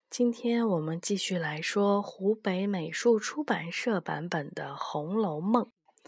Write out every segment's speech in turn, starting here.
今天我们继续来说湖北美术出版社版本的《红楼梦》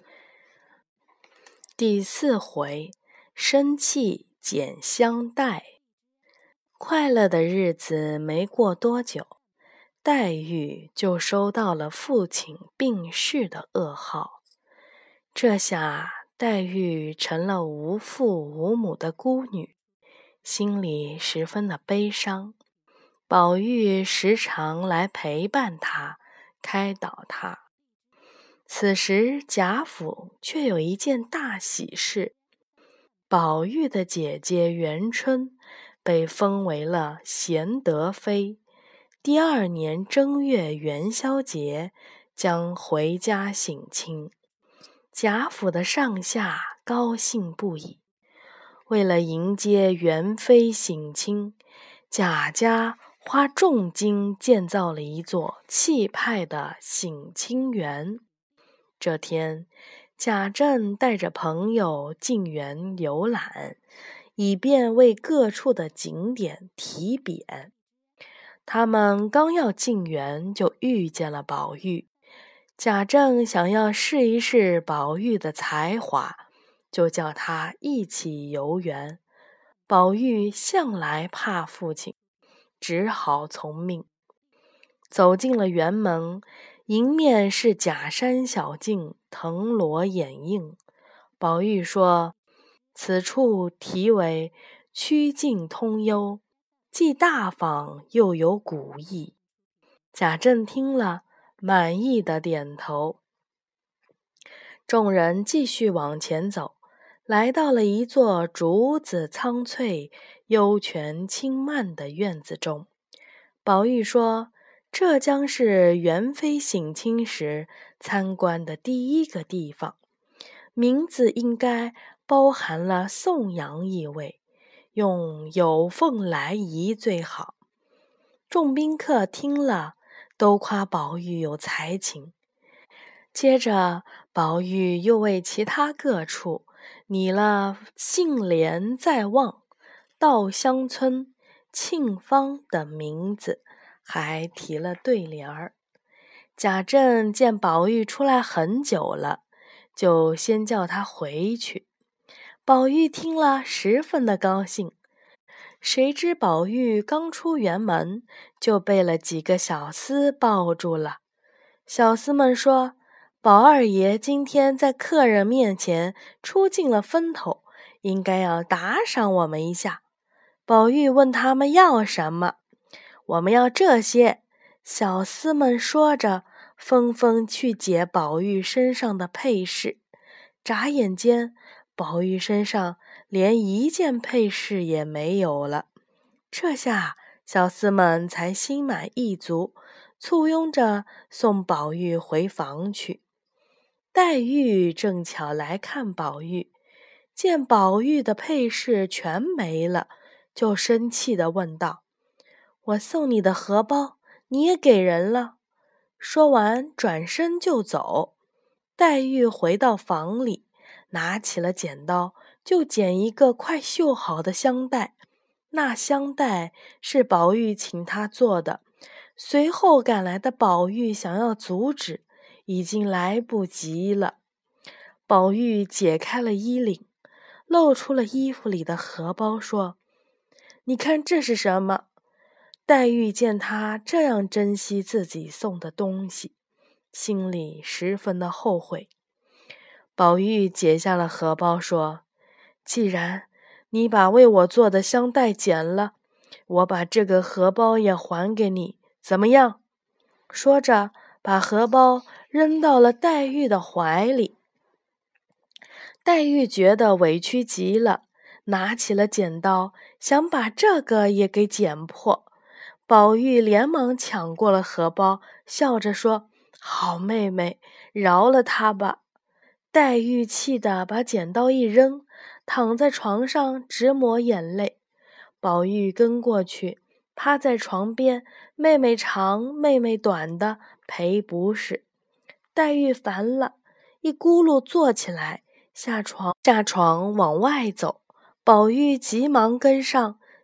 第4回，生气捡香袋。快乐的日子没过多久，黛玉就收到了父亲病逝的噩耗。这下黛玉成了无父无母的孤女，心里十分的悲伤。宝玉时常来陪伴她，开导她。此时贾府却有一件大喜事，宝玉的姐姐元春被封为了贤德妃，第2年正月元宵节将回家省亲。贾府的上下高兴不已，为了迎接元妃省亲，贾家花重金建造了一座气派的省亲园。这天，贾政带着朋友进园游览，以便为各处的景点题匾。他们刚要进园，就遇见了宝玉。贾政想要试一试宝玉的才华，就叫他一起游园。宝玉向来怕父亲，只好从命。走进了园门，迎面是假山小径，藤萝掩映。宝玉说：“此处题为曲径通幽，既大方又有古意。”贾政听了，满意的点头。众人继续往前走，来到了一座竹子苍翠、幽泉清漫的院子中。宝玉说：“这将是元妃省亲时参观的第一个地方，名字应该包含了颂扬意味，用有凤来仪最好。”众宾客听了，都夸宝玉有才情。接着，宝玉又为其他各处拟了杏帘在望、稻香村、沁芳等名字，还提了对联儿。贾政见宝玉出来很久了，就先叫他回去。宝玉听了十分的高兴，谁知宝玉刚出园门，就被了几个小厮抱住了。小厮们说：“宝二爷今天在客人面前出尽了风头，应该要打赏我们一下。”宝玉问他们要什么，“我们要这些。”小厮们说着，纷纷去解宝玉身上的配饰。眨眼间，宝玉身上连一件配饰也没有了。这下小厮们才心满意足，簇拥着送宝玉回房去。黛玉正巧来看宝玉，见宝玉的配饰全没了，就生气地问道：“我送你的荷包，你也给人了？”说完转身就走。黛玉回到房里，拿起了剪刀，就剪一个快绣好的香袋。那香袋是宝玉请她做的，随后赶来的宝玉想要阻止，已经来不及了。宝玉解开了衣领，露出了衣服里的荷包，说：“你看这是什么？”黛玉见他这样珍惜自己送的东西，心里十分的后悔。宝玉解下了荷包，说：“既然你把为我做的香袋剪了，我把这个荷包也还给你，怎么样？”说着，把荷包扔到了黛玉的怀里。黛玉觉得委屈极了，拿起了剪刀，想把这个也给剪破。宝玉连忙抢过了荷包，笑着说：“好妹妹，饶了他吧。”黛玉气得把剪刀一扔，躺在床上直抹眼泪。宝玉跟过去，趴在床边，妹妹长妹妹短的赔不是。黛玉烦了，一咕噜坐起来，下床往外走。宝玉急忙跟上，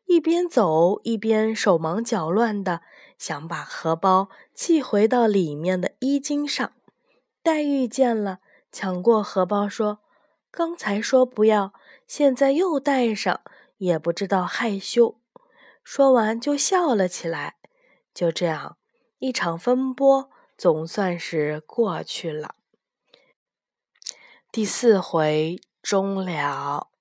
一边走一边手忙脚乱的想把荷包系回到里面的衣襟上。黛玉见了，抢过荷包说：“刚才说不要，现在又带上，也不知道害羞。”说完就笑了起来。就这样，一场风波总算是过去了。第4回终了。